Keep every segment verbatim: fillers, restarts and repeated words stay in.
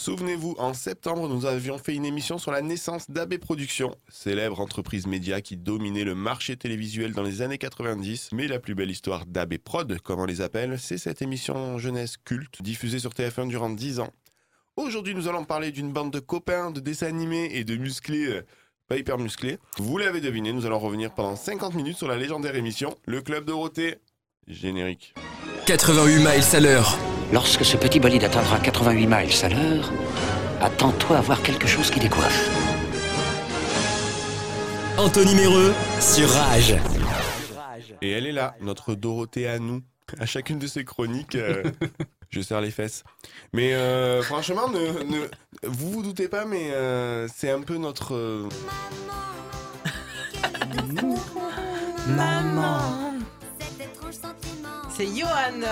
Souvenez-vous, en septembre, nous avions fait une émission sur la naissance d'A B Productions, célèbre entreprise média qui dominait le marché télévisuel dans les années quatre-vingt-dix. Mais la plus belle histoire d'A B Prod, comme on les appelle, c'est cette émission jeunesse culte, diffusée sur T F un durant dix ans. Aujourd'hui, nous allons parler d'une bande de copains, de dessins animés et de musclés, euh, pas hyper musclés. Vous l'avez deviné, nous allons revenir pendant cinquante minutes sur la légendaire émission Le Club Dorothée. Générique. quatre-vingt-huit miles à l'heure. Lorsque ce petit bolide atteindra quatre-vingt-huit miles à l'heure, attends-toi à voir quelque chose qui décoiffe. Anthony Méreux sur Rage. Et elle est là, notre Dorothée à nous. À chacune de ses chroniques, euh, je serre les fesses. Mais euh, franchement, ne, ne, vous vous doutez pas, mais euh, c'est un peu notre... Euh... Maman. C'est Johan.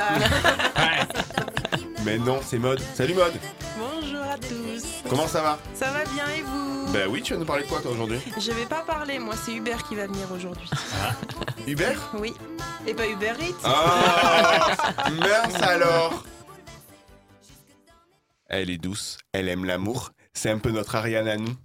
Mais non, c'est Maud. Salut Maud. Bonjour à tous. Comment ça va? Ça va bien et vous? Bah oui, tu vas nous parler de quoi toi aujourd'hui? Je vais pas parler, moi c'est Hubert qui va venir aujourd'hui. Ah. Hubert? Oui. Et pas Uber Eats. Ah, mince alors. Elle est douce, elle aime l'amour. C'est un peu notre Ariane à nous.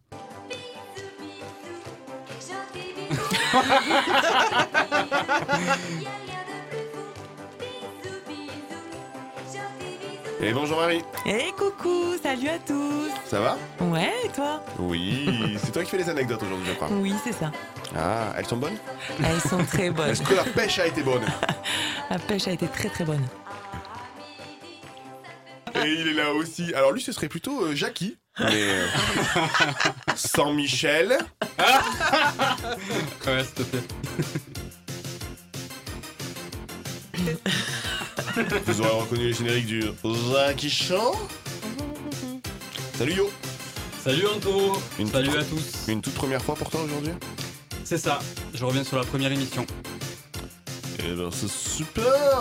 Et bonjour Marie. Et coucou, salut à tous. Ça va? Ouais, et toi? Oui, c'est toi qui fais les anecdotes aujourd'hui, je crois. Oui, c'est ça. Ah, elles sont bonnes? Elles sont très bonnes. Est-ce que la pêche a été bonne? La pêche a été très très bonne. Et il est là aussi. Alors lui, ce serait plutôt euh, Jackie. Mais euh, sans Michel. Ouais, s'il te plaît. Vous aurez reconnu les génériques du Jackie Chan. Salut Yo. Salut Anto. Une Salut toute- à tous. Une toute première fois pour toi aujourd'hui? C'est ça, je reviens sur la première émission. Eh ben c'est super.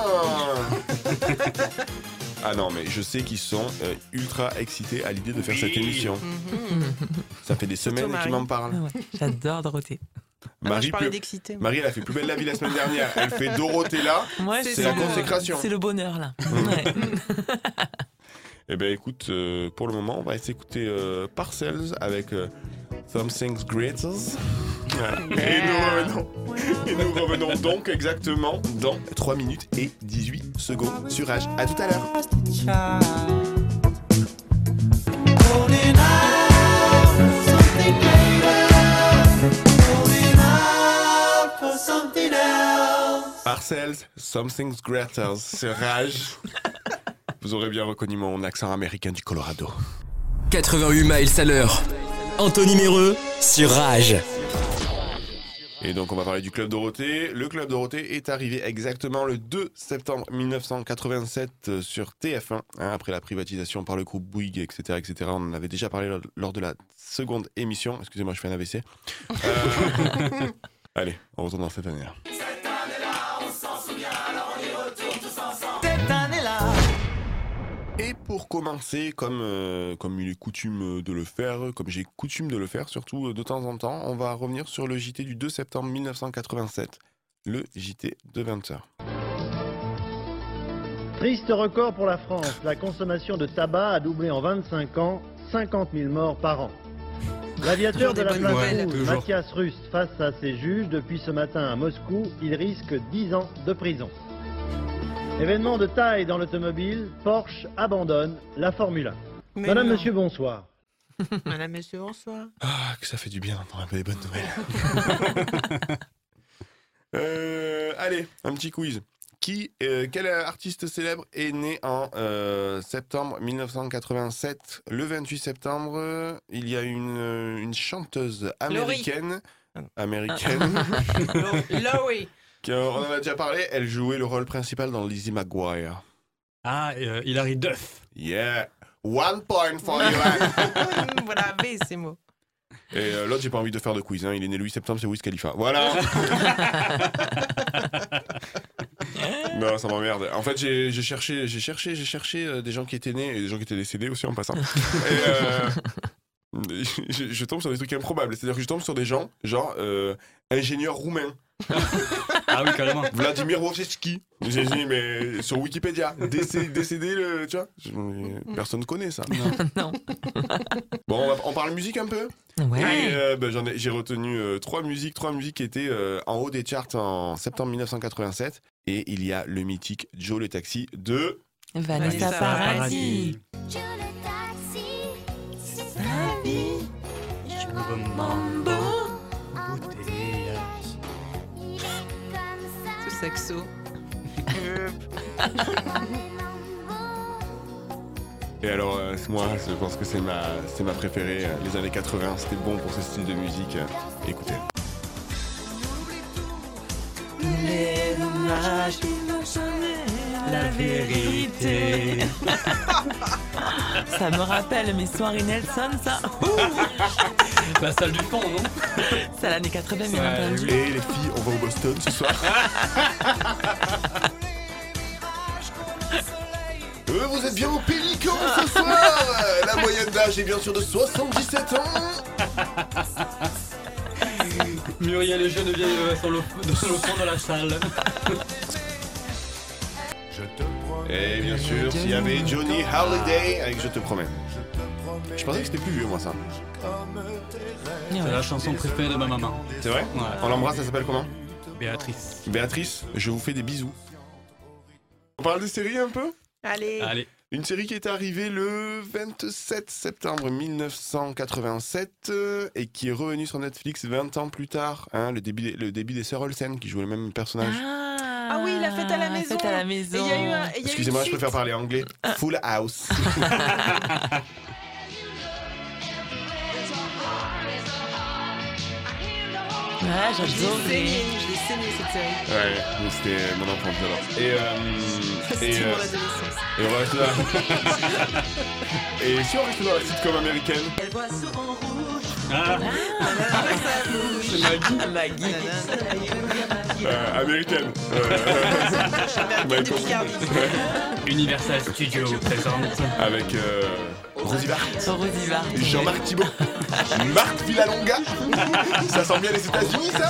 Ah non mais je sais qu'ils sont euh, ultra excités à l'idée de faire cette émission. Ça fait des semaines Marie. qu'ils m'en parlent. Ah ouais, j'adore Dorothée. Ah, Marie, je parlais plus- d'excité. Marie elle a fait plus belle la vie la semaine dernière. Elle fait Dorothée là. Moi, C'est la consécration. C'est le bonheur là. Ouais. Eh ben écoute, euh, pour le moment on va s'écouter euh, Parcells avec euh, Something's Greater. Voilà. Et nous revenons. Et nous revenons donc exactement dans trois minutes et dix-huit secondes sur Rage. À tout à l'heure. Parcells, Something's Greater sur Rage. Vous aurez bien reconnu mon accent américain du Colorado. quatre-vingt-huit miles à l'heure. Anthony Méreux sur Rage. Et donc on va parler du Club Dorothée. Le Club Dorothée est arrivé exactement le deux septembre mille neuf cent quatre-vingt-sept sur T F un, hein, après la privatisation par le groupe Bouygues, et cetera, et cetera. On en avait déjà parlé lors, lors de la seconde émission. Excusez-moi, je fais un A V C. Euh... Allez, on retourne dans cette année-là. Et pour commencer, comme, euh, comme il est coutume de le faire, comme j'ai coutume de le faire, surtout de temps en temps, on va revenir sur le J T du deux septembre mille neuf cent quatre-vingt-sept, le J T de vingt heures. Triste record pour la France. La consommation de tabac a doublé en vingt-cinq ans, cinquante mille morts par an. L'aviateur Toujours de des la bonnes place nouvelles. rouge, Toujours. Mathias Rust, face à ses juges depuis ce matin à Moscou, il risque dix ans de prison. Événement de taille dans l'automobile, Porsche abandonne la Formule un. Mais Madame, non. monsieur, bonsoir. Madame, monsieur, bonsoir. Ah, que ça fait du bien d'entendre un peu les bonnes nouvelles. euh, allez, un petit quiz. Qui, euh, quel artiste célèbre est né en euh, septembre mille neuf cent quatre-vingt-sept? Le vingt-huit septembre, euh, il y a une, euh, une chanteuse américaine. Américaine. Lowy. qui, euh, on en a déjà parlé. Elle jouait le rôle principal dans Lizzie McGuire. Ah, euh, Hilary Duff. Yeah! One point for you. Voilà, B, ces mots. Et euh, l'autre, j'ai pas envie de faire de quiz. Hein. Il est né le huit septembre, c'est Wiz Khalifa. Voilà! Non, ça m'emmerde. En fait, j'ai, j'ai cherché, j'ai cherché, j'ai cherché euh, des gens qui étaient nés et des gens qui étaient décédés aussi en passant. Et, euh, je, je tombe sur des trucs improbables. C'est-à-dire que je tombe sur des gens, genre euh, ingénieur roumain. Ah oui, carrément. Vladimir Wojcicki. J'ai dit, mais sur Wikipédia, décédé, décédé le, tu vois, je- personne ne connaît ça. Non. Bon, on, va- on parle musique un peu. Ouais. Et euh, ben, j'en ai, j'ai retenu euh, trois musiques, trois musiques qui étaient euh, en haut des charts en septembre mille neuf cent quatre-vingt-sept. Et il y a le mythique Joe le Taxi de. Vanessa Vanessa Paradis. Je le taxi, c'est Sa vie. mambo. Bouteillage. Il est comme ça. Ce sexo. Et alors, euh, moi, je pense que c'est ma, c'est ma préférée. euh, Les années quatre-vingts, c'était bon pour ce style de musique. euh, Écoutez. Les dommages, la vérité. Ça me rappelle mes soirées Nelson, ça. La salle du fond, non? C'est à l'année quatre-vingts, bien Ouais, entendu. Et les filles, on va au Boston ce soir. Euh, vous êtes bien au Pélican ce soir. Euh, La moyenne d'âge est bien sûr de soixante-dix-sept ans. Muriel et Geneviève euh, sur le, sur le fond de la salle. Et bien sûr, s'il y avait Johnny Holiday avec Je te promets. Je pensais que c'était plus vieux, moi, ça. Ouais. C'est la chanson préférée de ma maman. C'est vrai Ouais. On l'embrasse, ça s'appelle comment? Béatrice. Béatrice, je vous fais des bisous. On parle des séries un peu? Allez. Allez. Une série qui est arrivée le vingt-sept septembre mille neuf cent quatre-vingt-sept euh, et qui est revenue sur Netflix vingt ans plus tard. Hein, le, début, le début des Sœurs Olsen qui jouent le même personnage. Ah, Ah oui, la fête à la la maison. fête à la Et maison. il y a eu un. et il y a eu une Excusez-moi, je suite. préfère parler anglais. Full House. Ouais, Je l'ai j'adorais. saigné, je l'ai saigné cette série. Ouais, donc c'était mon enfance d'abord. Et, euh, et, C'était euh, mon adolescence. et on va rester là. Et si on reste dans la sitcom américaine, Ah, c'est Maggie. Maggie. euh, américaine, euh, Américaine de Picardie. Universal Studios présente. avec euh, Rosie Bart, Rosie Bart. Jean-Marc Thibault, Marc Villalonga. Ça sent bien les États-Unis, ça.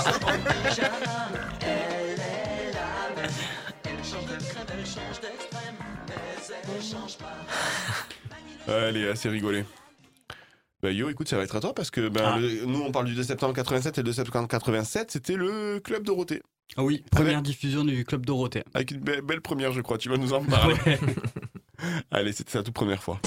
Elle est assez rigolée. Bah yo, écoute, ça va être à toi parce que ben, Ah. le- nous on parle du deux septembre quatre-vingt-sept et le deux septembre quatre-vingt-sept, c'était le Club Dorothée. Ah oui, première diffusion du Club Dorothée. Avec une be- belle première, je crois, tu vas nous en parler. Ouais. Allez, c'était sa toute première fois.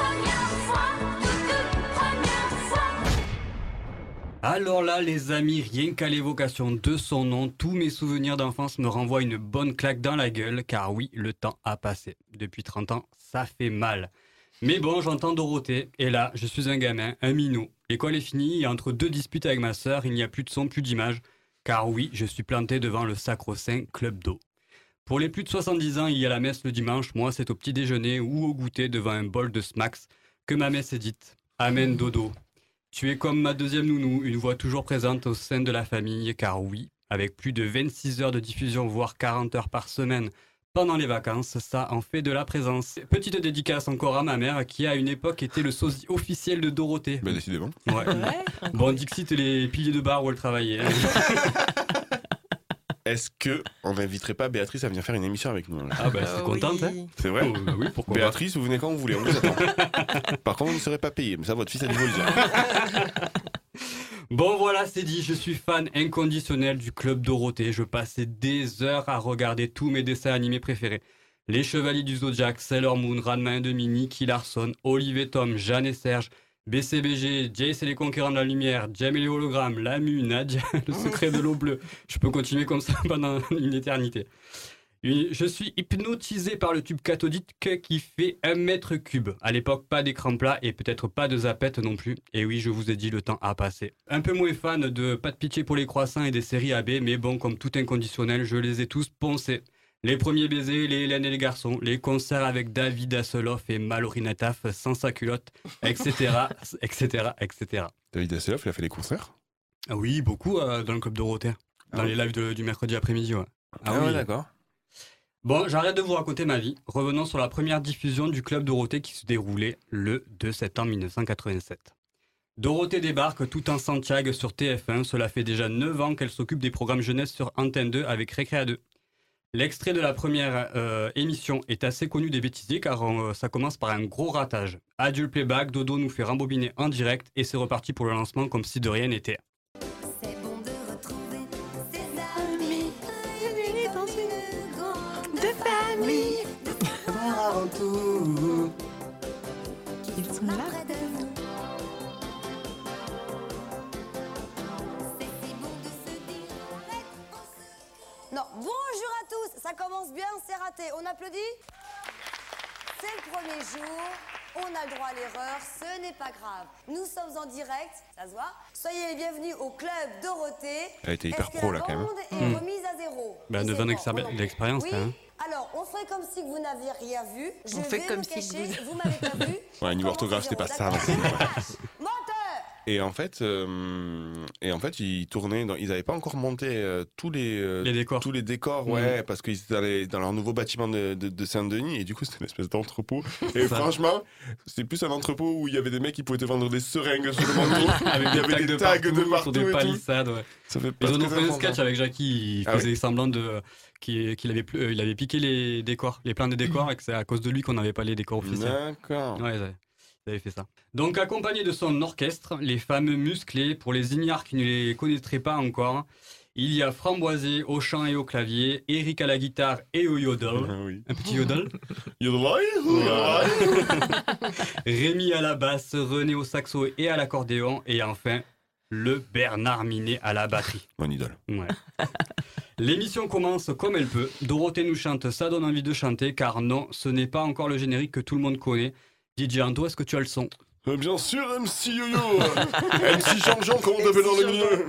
Alors là, les amis, rien qu'à l'évocation de son nom, tous mes souvenirs d'enfance me renvoient une bonne claque dans la gueule, car oui, le temps a passé. Depuis trente ans, ça fait mal. Mais bon, j'entends Dorothée, et là, je suis un gamin, un minot. L'école est finie, et entre deux disputes avec ma sœur, il n'y a plus de son, plus d'image, car oui, je suis planté devant le sacro-saint Club d'eau. Pour les plus de soixante-dix ans, il y a la messe le dimanche, moi c'est au petit déjeuner ou au goûter devant un bol de Smacks que ma messe est dite. Amen dodo. Tu es comme ma deuxième nounou, une voix toujours présente au sein de la famille, car oui, avec plus de vingt-six heures de diffusion, voire quarante heures par semaine pendant les vacances, ça en fait de la présence. Petite dédicace encore à ma mère, qui à une époque était le sosie officiel de Dorothée. Bah décidément. Ouais. Ouais. Bon, Dixit et les piliers de bar où elle travaillait. hein. Est-ce que on n'inviterait pas Béatrice à venir faire une émission avec nous là? Ah bah c'est Euh, contente, hein. oui. C'est vrai? Oh, bah oui, pourquoi pas. Béatrice, vous venez quand vous voulez, on vous attend. Par contre, vous ne serez pas payé, mais ça, votre fils a dû vous le dire. Bon voilà, c'est dit, je suis fan inconditionnel du Club Dorothée. Je passais des heures à regarder tous mes dessins animés préférés. Les Chevaliers du Zodiac, Sailor Moon, Ranma et demi, Nicky Larson, Olive et Tom, Jeanne et Serge, B C B G, Jace et les Conquérants de la Lumière, Jem et les Hologrammes, Lamu, Nadia, le secret de l'eau bleue. Je peux continuer comme ça pendant une éternité. Une- Je suis hypnotisé par le tube cathodique qui fait un mètre cube. À l'époque, pas d'écran plat et peut-être pas de zapette non plus. Et oui, je vous ai dit, le temps a passé. Un peu moins fan de Pas de pitié pour les croissants et des séries A B, mais bon, comme tout inconditionnel, je les ai tous poncés. Les premiers baisers, les Hélène et les garçons, les concerts avec David Hasselhoff et Mallory Nataf sans sa culotte, et cetera, et cetera, et cetera. David Hasselhoff, il a fait des concerts? Ah oui, beaucoup euh, dans le Club Dorothée. Dans Ah les oui. lives de- du mercredi après-midi, ouais. Ah, ouais, d'accord. Bon, j'arrête de vous raconter ma vie. Revenons sur la première diffusion du Club Dorothée qui se déroulait le deux septembre mille neuf cent quatre-vingt-sept. Dorothée débarque tout en Santiago sur T F un. Cela fait déjà neuf ans qu'elle s'occupe des programmes jeunesse sur Antenne deux avec Récréa deux. L'extrait de la première euh, émission est assez connu des bêtisiers car euh, ça commence par un gros ratage. Adieu le playback, Dodo nous fait rembobiner en direct et c'est reparti pour le lancement comme si de rien n'était. C'est bon de retrouver ses amis réunis dans une grande famille. Avant tout. Ils sont là près de nous. C'est si bon de se dire avec on se- Non, bonjour à tous, ça commence bien, c'est raté. On applaudit? C'est le premier jour, on a le droit à l'erreur, ce n'est pas grave. Nous sommes en direct, ça se voit. Soyez les bienvenus au club Dorothée. Elle était hyper Est-ce que pro, la là, quand même. bande est Mm. remise à zéro? Bah, Oui, neuf c'est ans bon, d'expéri- on en- d'expérience, Oui. quand même. Alors, on fait comme si vous n'aviez rien vu. Je On fait vais comme me si cacher, vous- vous m'avez pas vu. Ouais, niveau On orthographe, commence c'était à pas zéro, ça. d'accord? non, c'est- Menteur. Et en fait, euh, et en fait, ils tournaient. Dans, ils n'avaient pas encore monté euh, tous les, euh, Les décors. tous les décors, ouais, parce qu'ils étaient dans, les- dans leur nouveau bâtiment de, de, de Saint-Denis, et du coup, c'était une espèce d'entrepôt. Et Ça. franchement, c'était plus un entrepôt où il y avait des mecs qui pouvaient te vendre des seringues sur le manteau. Avec il y avait des tags de partout, sur des et tout. palissades. Ouais. Ça fait pas Ils en ont très fait un enfant, sketch ça. avec Jackie, il Ah faisait semblant de qu'il qu'il avait, plu- euh, il avait piqué les décors, les plans des décors, et que c'est à cause de lui qu'on n'avait pas les décors officiels. D'accord. Ouais, ils avaient, ils avaient fait ça. Donc, accompagné de son orchestre, les fameux musclés, pour les ignares qui ne les connaîtraient pas encore, il y a Framboisier au chant et au clavier, Eric à la guitare et au yodel. Ah oui. Un petit yodel. Yodelai, Rémi à la basse, René au saxo et à l'accordéon, et enfin, le Bernard Minet à la batterie. Mon idole. Ouais. L'émission commence comme elle peut. Dorothée nous chante, ça donne envie de chanter, car non, ce n'est pas encore le générique que tout le monde connaît. D J Anto, est-ce que tu as le son? Euh, Bien sûr, M C Yo-Yo. M C Jean-Jean, comment on t'appelle dans le milieu?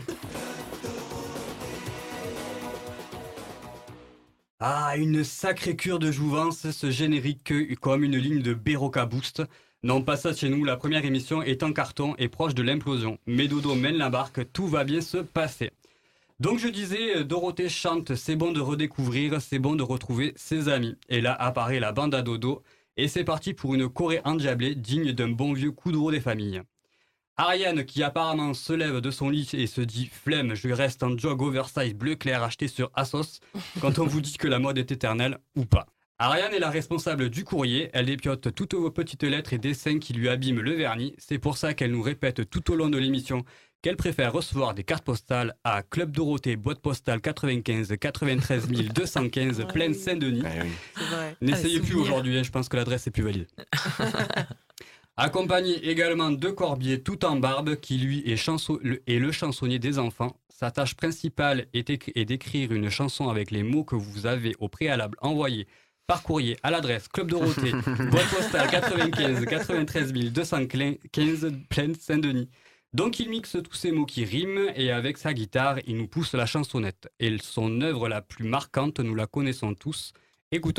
Ah, une sacrée cure de jouvence, ce générique comme une ligne de Béroca Boost. Non, pas ça chez nous, la première émission est en carton et proche de l'implosion. Mais Dodo mène la barque, tout va bien se passer. Donc je disais, Dorothée chante, c'est bon de redécouvrir, c'est bon de retrouver ses amis. Et là apparaît la bande à Dodo, et c'est parti pour une choré endiablée digne d'un bon vieux coup de des familles. Ariane, qui apparemment se lève de son lit et se dit « Flemme, je reste en jog oversize bleu clair acheté sur Asos » quand on vous dit que la mode est éternelle ou pas. Ariane est la responsable du courrier, elle dépiote toutes vos petites lettres et dessins qui lui abîment le vernis. C'est pour ça qu'elle nous répète tout au long de l'émission qu'elle préfère recevoir des cartes postales à Club Dorothée, boîte postale quatre-vingt-quinze quatre-vingt-treize mille deux cent quinze, Ouais, Plaine oui. Saint-Denis. Ah oui. C'est vrai. N'essayez Ah, plus souvenir. aujourd'hui, hein, je pense que l'adresse est plus valide. Accompagné également de Corbier tout en barbe, qui lui est, chanson- le, est le chansonnier des enfants. Sa tâche principale est, écri- est d'écrire une chanson avec les mots que vous avez au préalable envoyés par courrier à l'adresse Club Dorothée, boîte postale quatre-vingt-quinze quatre-vingt-treize mille deux cent quinze, Plaine Saint-Denis. Donc il mixe tous ces mots qui riment et avec sa guitare, il nous pousse la chansonnette. Et son œuvre la plus marquante, nous la connaissons tous. Écoutons.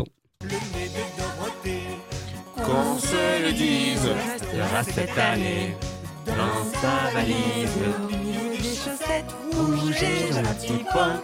Qu'on se le dise. Restera cette année dans sa valise. Au milieu des chaussettes rouges et dans un petit coin.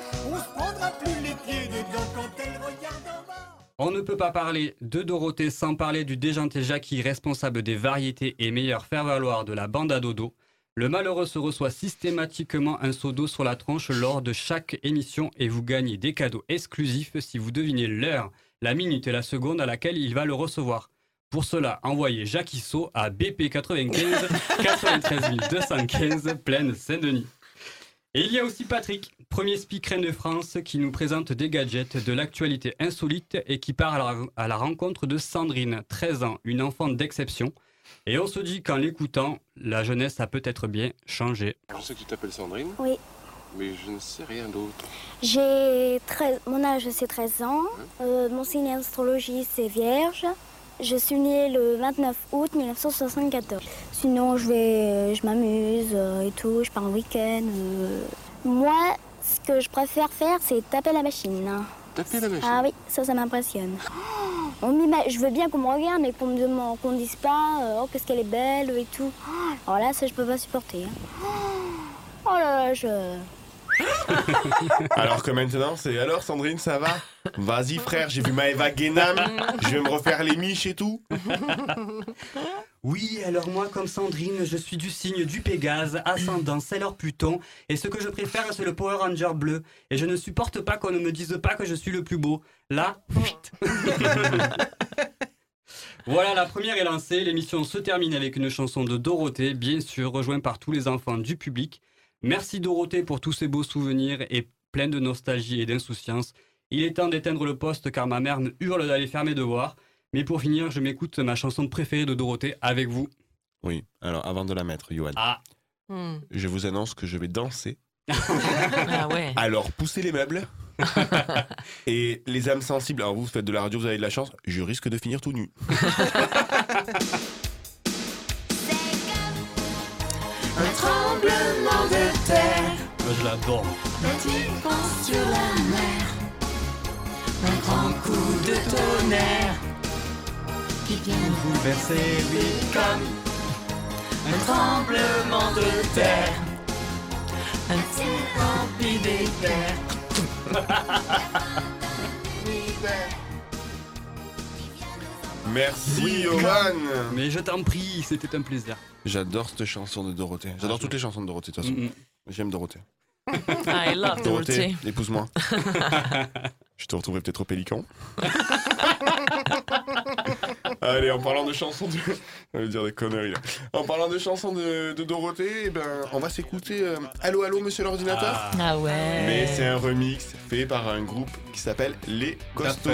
On ne peut pas parler de Dorothée sans parler du déjanté Jackie, responsable des variétés et meilleur faire-valoir de la bande à Dodo. Le malheureux se reçoit systématiquement un seau d'eau sur la tronche lors de chaque émission et vous gagnez des cadeaux exclusifs si vous devinez l'heure, la minute et la seconde à laquelle il va le recevoir. Pour cela, envoyez Jackie Seau à B P quatre-vingt-quinze quatre-vingt-treize mille deux cent quinze, Plaine Saint-Denis. Et il y a aussi Patrick, premier speaker de France, qui nous présente des gadgets, de l'actualité insolite et qui part à la, à la rencontre de Sandrine, treize ans, une enfant d'exception. Et on se dit qu'en l'écoutant, la jeunesse a peut-être bien changé. Je sais que tu t'appelles Sandrine. Oui. Mais je ne sais rien d'autre. J'ai treize, mon âge c'est treize ans, euh, mon signe astrologie c'est Vierge. Je suis née le vingt-neuf août mille neuf cent soixante-quatorze. Sinon je vais, je m'amuse euh, et tout, je pars en week-end. euh. Moi, ce que je préfère faire c'est taper la machine. Taper la machine. Ah oui, ça, ça m'impressionne. On m'ima- je veux bien qu'on me regarde, mais qu'on me demande, qu'on me dise pas euh, oh qu'est-ce qu'elle est belle et tout. Alors là, ça je peux pas supporter. hein. Oh là là, je... Alors que maintenant, c'est alors Sandrine, ça va? Vas-y frère, j'ai vu Maëva Guénam, je vais me refaire les miches et tout. Oui, alors moi, comme Sandrine, je suis du signe du Pégase, ascendant Sailor Pluton, et ce que je préfère, c'est le Power Ranger bleu. Et je ne supporte pas qu'on ne me dise pas que je suis le plus beau. Là, fuit. Voilà, la première est lancée. L'émission se termine avec une chanson de Dorothée, bien sûr, rejointe par tous les enfants du public. Merci Dorothée pour tous ces beaux souvenirs et plein de nostalgie et d'insouciance. Il est temps d'éteindre le poste car ma mère me hurle d'aller faire mes devoirs. Mais pour finir, je m'écoute ma chanson préférée de Dorothée avec vous. Oui, alors avant de la mettre, Johan, Ah, Hmm. je vous annonce que je vais danser. Ah ouais. Alors poussez les meubles. Et les âmes sensibles, alors vous faites de la radio, vous avez de la chance, je risque de finir tout nu. Un tremblement de terre, moi, je l'adore. petit vent sur la mer, un grand coup de tonnerre qui vient nous Bouleversé, oui. comme un tremblement de terre, un petit rempli d'éclairs. Merci Johan. Mais je t'en prie, c'était un plaisir. J'adore cette chanson de Dorothée. J'adore toutes les chansons de Dorothée de toute façon. Mm, mm. J'aime Dorothée. I love Dorothée. Épouse-moi. Je te retrouverai peut-être au Pélican. Allez, en parlant de chansons de... On va dire des conneries là. En parlant de chansons de, de Dorothée, eh ben, on va s'écouter euh, Allô, allô, monsieur l'ordinateur. Ah. Ah ouais. Mais c'est un remix fait par un groupe qui s'appelle Les Costauds.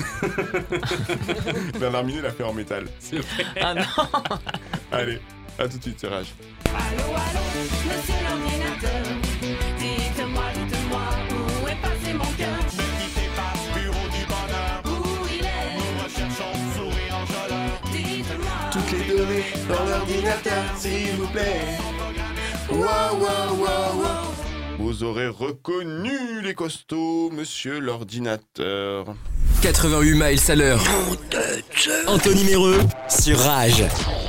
Bernard Minet l'a fait en métal. C'est vrai. Ah non. Allez, à tout de suite, c'est Rage. Allô, allô, monsieur l'ordinateur, dites-moi, dites-moi, où est passé mon cœur? Ne quittez pas ce bureau du bonheur. Où il est? Nous recherchons sourire enjôleur. Dites-moi. Toutes les données dans l'ordinateur, s'il vous plaît. Wow, wow, wow, wow. Vous aurez reconnu les costauds, monsieur l'ordinateur. quatre-vingt-huit miles à l'heure. Anthony Méreux sur Rage.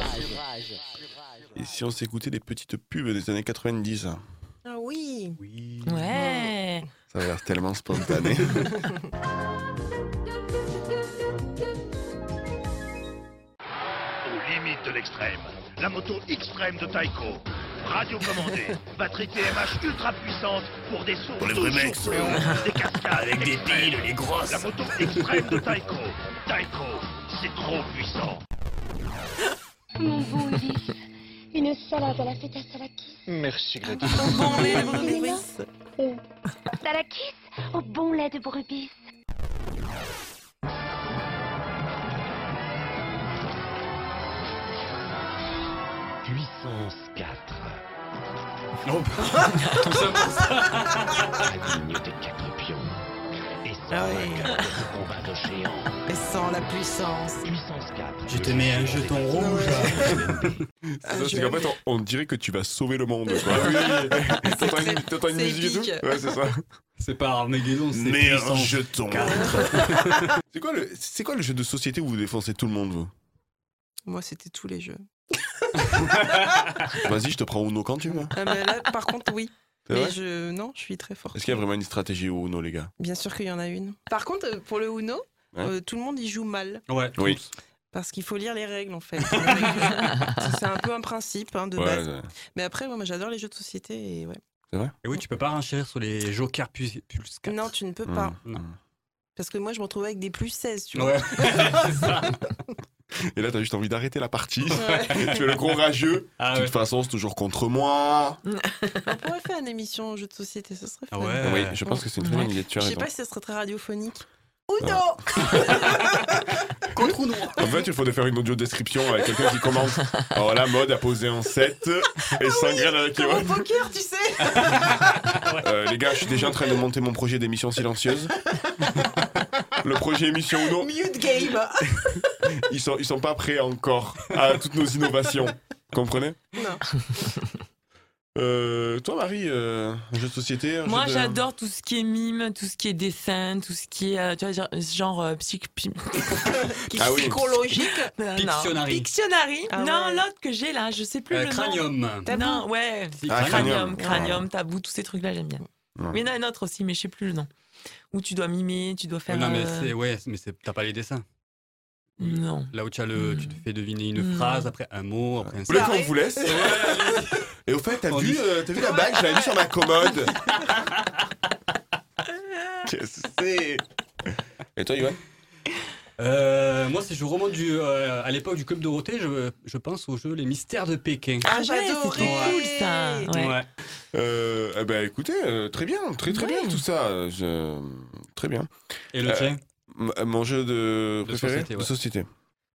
Et si on s'écoutait des petites pubs des années quatre-vingt-dix? Ah oui. Oui. Ouais. Ça a l'air tellement spontané. Aux limites de l'extrême, la moto extrême de Taiko. Radio commandée, batterie T M H ultra puissante pour des sauts Pour les vrais toujours mecs, plus hauts, des cascades Avec des extrêmes. piles, les grosses. La moto extrême de Taiko. Taiko, c'est trop puissant. Mon beau Ulysse, une salade à la feta salakis. Merci Greta. Bon lait de brebis. Salakis au bon lait de brebis. Puissance quatre. Oh, tout ça pour ça. Aligne tes quatre pions. Et sans Ah oui. vainqueur de ce combat de géant. Et sans la puissance. Puissance quatre. Je te mets un jeton rouge. C'est ça, c'est qu'en fait, on, on dirait que tu vas sauver le monde. Quoi. T'entends une, t'entends une c'est musique et tout? épique. Ouais, c'est ça. C'est pas Armageddon, c'est Mais un puissance jeton. quatre. C'est quoi, le, c'est quoi le jeu de société où vous défoncez tout le monde, vous? Moi, c'était tous les jeux. Vas-y, je te prends Uno quand tu veux. Ah, mais là, par contre, oui. C'est Mais vrai? je... Non, je suis très forte. Est-ce qu'il y a vraiment une stratégie au Uno, les gars? Bien sûr qu'il y en a une. Par contre, euh, pour le Uno, Ouais. euh, tout le monde y joue mal. Ouais, Oui. tous. Parce qu'il faut lire les règles, en fait. C'est un peu un principe hein, de Ouais, base. ouais. Mais après, moi, j'adore les jeux de société et ouais. C'est vrai? Et oui, tu peux pas renchérir sur les jokers plus, plus quatre. Non, tu ne peux pas. Mmh. Non. Parce que moi, je me retrouvais avec des plus seize, tu vois. Ouais, c'est ça. Et là, t'as juste envie d'arrêter la partie. Ouais. Tu es le gros rageux. Ah De toute ouais. façon, c'est toujours contre moi. On pourrait faire une émission jeux de société, ce serait fun. Ah ouais. Oui, je pense que c'est une très bonne idée. Tu as Je sais raison. pas si ça serait très radiophonique. Uno Contre Uno. En fait, il faut de faire une audio description avec quelqu'un qui commente. Alors là, mode a posé en sept et s'engraine avec Comme Yoann. au poker, tu sais. Euh, les gars, je suis déjà en train de monter mon projet d'émission silencieuse. Le projet émission Uno. Mute game. Ils sont, ils sont pas prêts encore à toutes nos innovations. Comprenez? Non. Euh, toi, Marie, euh, un jeu de société un Moi, jeu de... j'adore tout ce qui est mime, tout ce qui est dessin, tout ce qui est, euh, tu vois, genre, genre euh, psych... pi- Ah oui. Psychologique. Non, non. Pictionary. Pictionary. Ah non, ouais. l'autre que j'ai là, je sais plus Euh, le nom. cranium. Non, ouais. Si, Ah, Cranium, cranium. cranium, tabou, tous ces trucs-là, j'aime bien. Ouais. Mais il y en a un autre aussi, mais je sais plus le nom. Où tu dois mimer, tu dois faire. non, mais euh, c'est ouais, mais c'est t'as pas les dessins. Non. Là où tu, as le, tu te fais deviner une Mm. phrase, après un mot, après un Vous voulez qu'on vous laisse? Et au fait, t'as On vu, dit- euh, t'as vu la bague? Je l'avais vue sur ma commode. Qu'est-ce que c'est? Et toi, Yoann? Euh, moi, si je remonte du, euh, à l'époque du Club Dorothée, je, je pense au jeu Les Mystères de Pékin. Ah, Ah, ouais, j'adorais. c'était cool ça. Ouais. Ouais. Euh, eh ben, écoutez, euh, très bien, très très Ouais. bien tout ça. euh, je- Très bien. Et le Euh, tien? M- Mon jeu de, De préféré société, ouais. de société.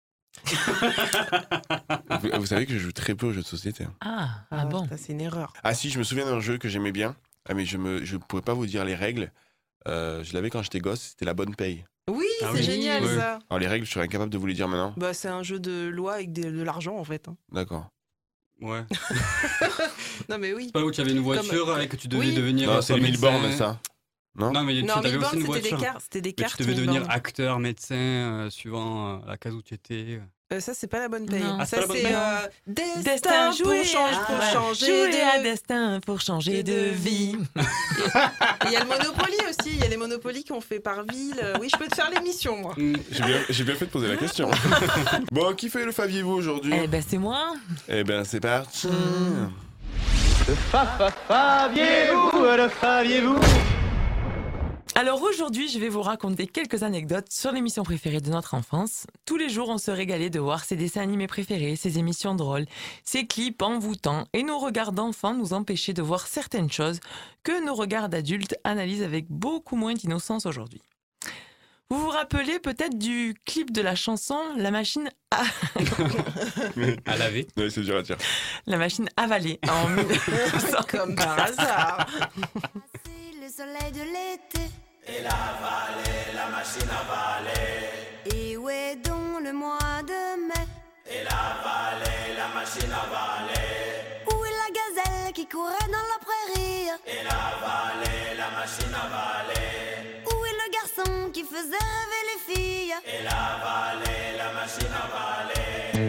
vous, vous savez que je joue très peu aux jeux de société. Ah, ah Ah bon. ça, c'est une erreur. Ah si, je me souviens d'un jeu que j'aimais bien. Ah mais je me, je pourrais pas vous dire les règles. Euh, je l'avais quand j'étais gosse. C'était la bonne paye. Oui, Ah c'est oui. génial Ouais. ça. Alors les règles, je serais incapable de vous les dire maintenant. Bah, c'est un jeu de loi avec des- de l'argent en fait. hein. D'accord. Ouais. Non mais oui. C'est pas où tu avais une voiture Comme- et que tu devais Oui. devenir. Non, soit c'est les mille médecin. bornes ça. Non. Non, mais tu Non, avais Milborn, aussi une c'était des voiture. cartes, c'était des Mais cartes. tu devais devenir Milborn. acteur, médecin, euh, suivant euh, la case où tu étais. Euh, ça, c'est pas la bonne paye. Non. Ah, c'est ça, pas la bonne c'est paye. euh, destin, Destin pour, joué change- à- pour ouais. changer Jouer de... à destin pour changer de vie. Il y a le Monopoly aussi. Il y a les Monopoly qu'on fait par ville. Euh, Oui, je peux te faire l'émission, moi. Mm. J'ai bien, j'ai bien fait de poser la question. Bon, qui fait le faviez-vous aujourd'hui? Eh ben c'est moi. Eh ben c'est parti. Le fa fa faviez-vous, le faviez-vous. Alors aujourd'hui, je vais vous raconter quelques anecdotes sur l'émission préférée de notre enfance. Tous les jours, on se régalait de voir ses dessins animés préférés, ses émissions drôles, ses clips envoûtants, et nos regards d'enfants nous empêchaient de voir certaines choses que nos regards d'adultes analysent avec beaucoup moins d'innocence aujourd'hui. Vous vous rappelez peut-être du clip de la chanson La machine à, À laver. Ouais, c'est dur à dire. la machine avalée en mille neuf cents. Comme par hasard. C'est le soleil de l'été. Et la vallée, la machine à valer. Et où est donc le mois de mai? Et la vallée, la machine à valer. Où est la gazelle qui courait dans la prairie? Et la vallée, la machine à valer. Où est le garçon qui faisait rêver les filles? Et la vallée, la machine à valer.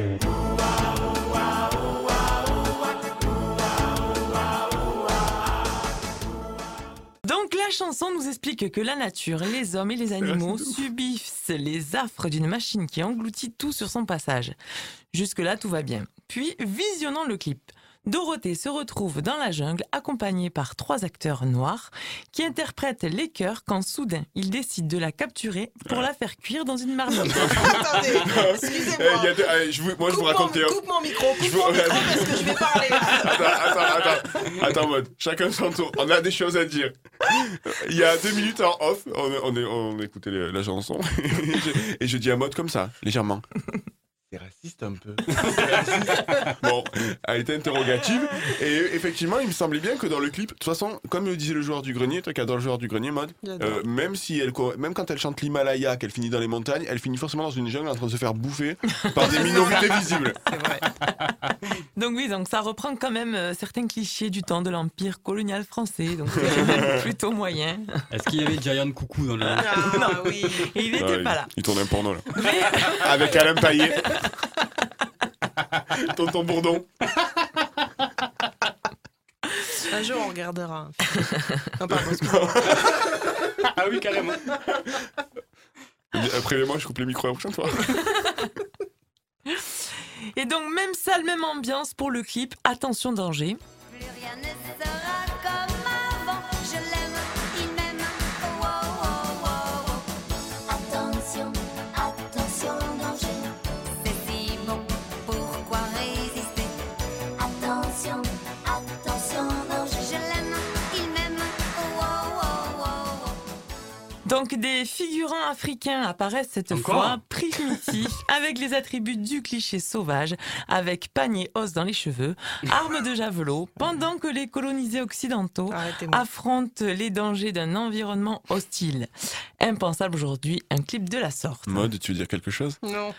Donc la chanson nous explique que la nature, les hommes et les animaux subissent les affres d'une machine qui engloutit tout sur son passage. Jusque-là, tout va bien. Puis, visionnons le clip. Dorothée se retrouve dans la jungle accompagnée par trois acteurs noirs qui interprètent les chœurs quand soudain ils décident de la capturer pour la faire cuire dans une marmite. Attendez, Eh, excusez-moi. y a deux- allez, je vous- moi je vous Coupe raconte mon, Théo. coupe mon micro, coupe Je mon vous- micro parce que je vais parler. Attends, attends, attends, attends, mode. Chacun son tour. On a des choses à dire. Il y a deux minutes en off, on, on, est- on écoutait le- la chanson et je, et je dis à mode comme ça, légèrement. C'est raciste un peu. C'est raciste. Bon, elle était interrogative et effectivement, il me semblait bien que dans le clip, de toute façon, comme le disait le joueur du grenier, toi qui adore le joueur du grenier, mode, J'adore. euh, même si elle, co- même quand elle chante l'Himalaya, qu'elle finit dans les montagnes, elle finit forcément dans une jungle en train de se faire bouffer par des minorités visibles. C'est vrai. Donc oui, donc ça reprend quand même euh, certains clichés du temps de l'empire colonial français, donc c'est plutôt moyen. Est-ce qu'il y avait Giant Coucou dans le. Ah oui. Et il n'était Ouais, pas il- là. Il tournait un porno là. Mais Avec Alain Payet. Tonton Bourdon. Un jour, on regardera. un film. Non, pardon, excusez-moi. Ah oui, carrément. Après moi, je coupe les micros la prochaine fois. Et donc même salle, même ambiance pour le clip. Attention danger. Plus rien ne sera comme avant. Je l'aime, il m'aime. Oh, oh, oh, oh, oh. Attention, attention, danger. C'est si bon, pourquoi résister? Attention, attention, danger. Je l'aime, il m'aime. Oh, oh, oh, oh, oh. Donc des figurants africains apparaissent cette Encore fois primitifs avec les attributs du cliché sauvage, avec panier os dans les cheveux, armes de javelot, pendant que les colonisés occidentaux Arrêtez-moi. affrontent les dangers d'un environnement hostile. Impensable aujourd'hui, un clip de la sorte. Mode, tu veux dire quelque chose? Non.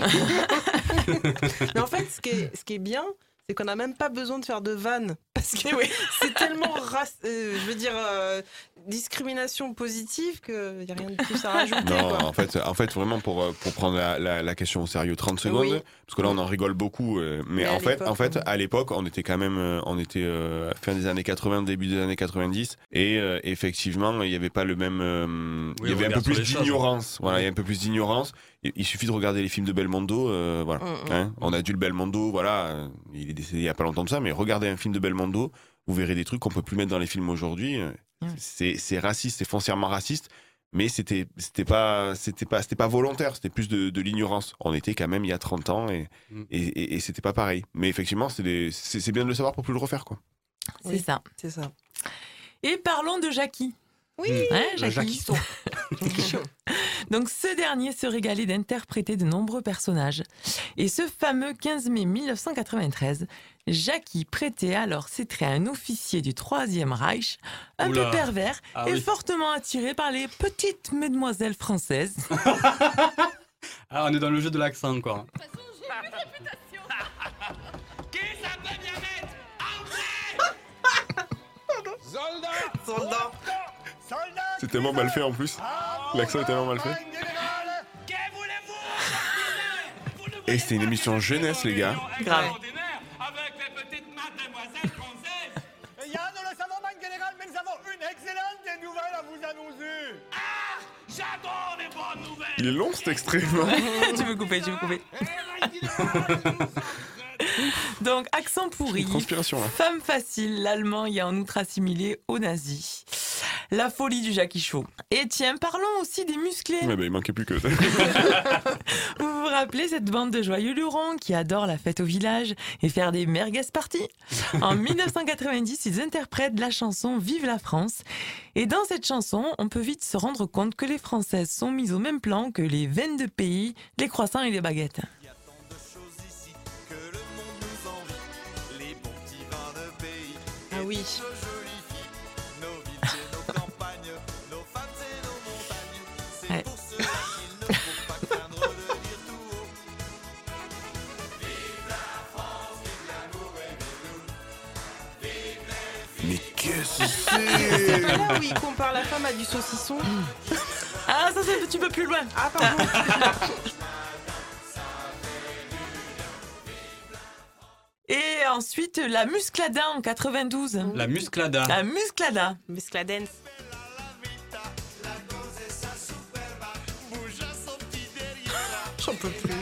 Mais en fait, ce qui est, ce qui est bien, c'est qu'on n'a même pas besoin de faire de vannes. Parce que c'est tellement, race- euh, je veux dire, euh, discrimination positive qu'il n'y a rien de plus à rajouter. Non, quoi. en fait, en fait, vraiment pour, euh, pour prendre la, la, la question au sérieux, trente secondes, Oui. parce que là on en rigole beaucoup, euh, mais, Mais à en fait, l'époque, en fait, oui. à l'époque, on était quand même, euh, on était euh, fin des années quatre-vingts, début des années quatre-vingt-dix, et euh, effectivement, il n'y avait pas le même, euh, il y avait un regard peu sur plus les choses. d'ignorance. Voilà, il y a un peu plus d'ignorance. il, il suffit de regarder les films de Belmondo. Euh, voilà. Mm, mm. Hein, on a dû le Belmondo, voilà. euh, Il est décédé il y a pas longtemps de ça, mais regardez un film de Belmondo, vous verrez des trucs qu'on peut plus mettre dans les films aujourd'hui. euh, Mm. C'est, c'est raciste, c'est foncièrement raciste. Mais c'était, c'était, pas, c'était, pas, c'était pas volontaire, c'était plus de, de l'ignorance. On était quand même il y a trente ans et, Mm. et, et, et c'était pas pareil. Mais effectivement, c'est, des, c'est, c'est bien de le savoir pour plus le refaire, quoi. C'est Oui. ça. C'est ça. Et parlons de Jackie. Oui, Hein, Le Jackie. Jackie. Donc ce dernier se régalait d'interpréter de nombreux personnages. Et ce fameux quinze mai mille neuf cent quatre-vingt-treize, Jackie prêtait alors ses traits à un officier du Troisième Reich, un Oula. peu pervers Ah et oui. fortement attiré par les petites mesdemoiselles françaises. Ah, on est dans le jeu de l'accent, quoi. Soldat. C'est tellement mal fait en plus. L'accent est tellement mal fait. Et c'était une émission jeunesse, les gars. Grave. Avec les petites mademoiselles françaises. Yann, nous le savons, mon général, mais nous avons une excellente nouvelle à vous annoncer. Ah, j'adore les bonnes nouvelles. Il est long cet extrait, non? Tu veux couper, tu veux couper. Donc, accent pourri, Une transpiration, là. femme facile, l'allemand y a en outre assimilé aux nazis. La folie du Jackie Show. Et tiens, parlons aussi des musclés. Ouais, bah, il manquait plus que ça. Vous vous rappelez cette bande de joyeux lurons qui adorent la fête au village et faire des merguez parties? En mille neuf cent quatre-vingt-dix, ils interprètent la chanson Vive la France. Et dans cette chanson, on peut vite se rendre compte que les Françaises sont mises au même plan que les vingt-deux pays, les croissants et les baguettes. Ah oui. Ouais. Mais qu'est-ce que C'est c'est? là où il compare la femme à du saucisson. Ah, ça c'est un petit peu plus loin. Ah, pardon. Et ensuite, la Musclada en quatre-vingt-douze. La musclada. La Musclada. Muscladance. J'en peux plus.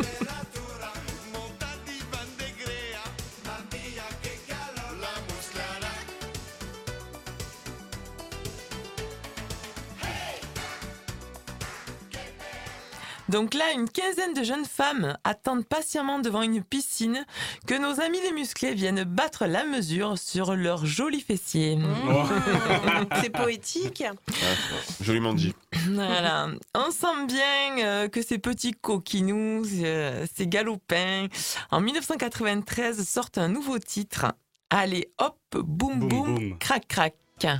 Donc là, une quinzaine de jeunes femmes attendent patiemment devant une piscine que nos amis les musclés viennent battre la mesure sur leurs jolis fessiers. Oh. C'est poétique. Ah, joliment dit. Voilà. On sent bien euh, que ces petits coquinous, euh, ces galopins, en mille neuf cent quatre-vingt-treize sortent un nouveau titre. Allez, hop, boum, boum, Boum, boum. crac, crac.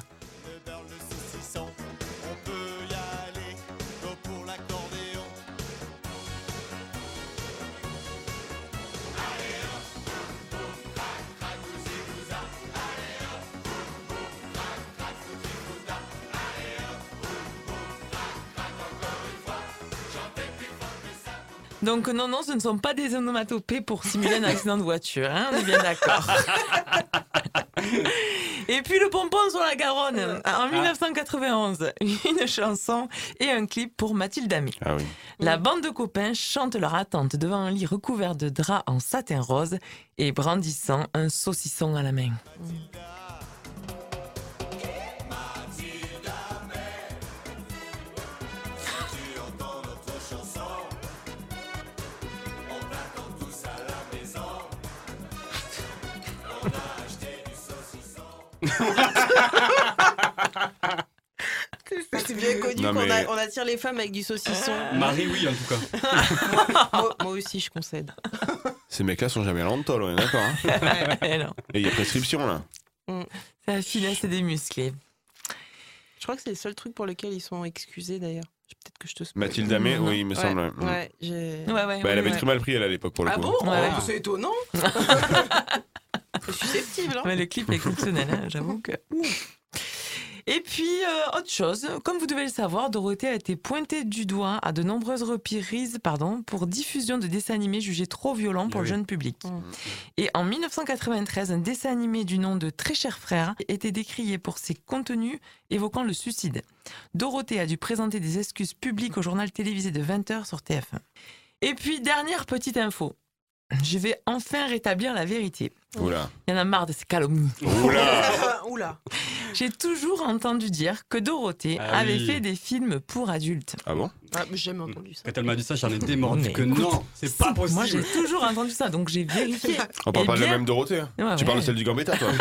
Donc non, non, ce ne sont pas des onomatopées pour simuler un accident de voiture, hein, on est bien d'accord. Et puis le pompon sur la Garonne, en mille neuf cent quatre-vingt-onze, une chanson et un clip pour Mathilde Amé. Ah oui. La bande de copains chante leur attente devant un lit recouvert de draps en satin rose et brandissant un saucisson à la main. C'est bien connu Non, qu'on mais- a- on attire les femmes avec du saucisson. Marie, oui, en tout cas. moi, moi aussi, je concède. Ces mecs-là sont jamais à l'entol, on est d'accord. Hein. Eh non, Et il y a prescription, là. c'est la finesse des musclés. Je crois que c'est le seul truc pour lequel ils sont excusés d'ailleurs. Peut-être que je te spoil. Mathilde Amé, oui, il me Ouais, semble. Mm. Ouais, j'ai- Ouais, ouais, Bah, ouais, elle avait ouais. très mal pris, elle, à l'époque, pour le Ah coup. bon Ouais, ouais. Oh, c'est étonnant. Je suis susceptible. Hein. Ouais, le clip est exceptionnel, hein, j'avoue que. Et puis, euh, autre chose, comme vous devez le savoir, Dorothée a été pointée du doigt à de nombreuses reprises pardon, pour diffusion de dessins animés jugés trop violents pour Oui. le jeune public. Mmh. Et en mille neuf cent quatre-vingt-treize, un dessin animé du nom de Très cher frère était décrié pour ses contenus évoquant le suicide. Dorothée a dû présenter des excuses publiques au journal télévisé de vingt heures sur T F un. Et puis, dernière petite info. Je vais enfin rétablir la vérité. Oula. Il y en a marre de ces calomnies. Oula. Oula. J'ai toujours entendu dire que Dorothée Ah avait oui. fait des films pour adultes. Ah bon? Ah, mais j'ai jamais entendu ça. Quand elle m'a dit ça, j'en ai démordu Mais que écoute, non, c'est pas possible. Moi, j'ai toujours entendu ça, donc j'ai vérifié. On parle Eh pas de la bien- même Dorothée. Hein. Ouais, Tu ouais. parles de celle du Gambetta, toi.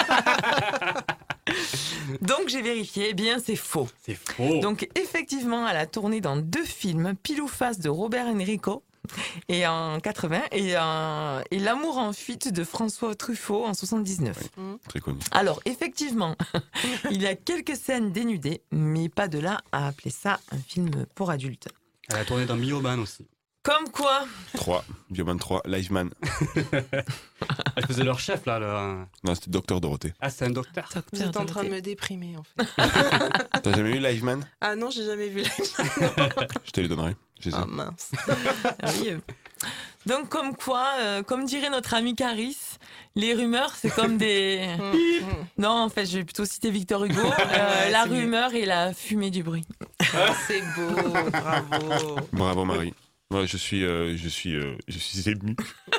Donc j'ai vérifié, eh bien c'est faux. C'est faux. Donc effectivement, elle a tourné dans deux films, Pile ou Face de Robert Enrico et en quatre-vingts et, euh, et L'amour en fuite de François Truffaut en soixante-dix-neuf. Oui. Très connu. Alors effectivement, il y a quelques scènes dénudées, mais pas de là à appeler ça un film pour adultes. Elle a tourné dans Bioman aussi. Comme quoi, trois. Bioman trois. Liveman. Elle faisait leur chef là. Le... Non, c'était Docteur Dorothée. Ah, c'est un docteur. Vous êtes en train de me déprimer en fait. T'as jamais vu Liveman? Ah non, j'ai jamais vu la. Je te les donnerai. J'ai ça. Ah mince. oui, euh. Donc comme quoi, euh, comme dirait notre ami Caris, les rumeurs c'est comme des... non, en fait, je vais plutôt citer Victor Hugo. Euh, Ouais, la c'est mieux. rumeur et la fumée du bruit. C'est beau, bravo. Bravo Marie. Ouais, je suis, euh, je suis, euh, je suis ému.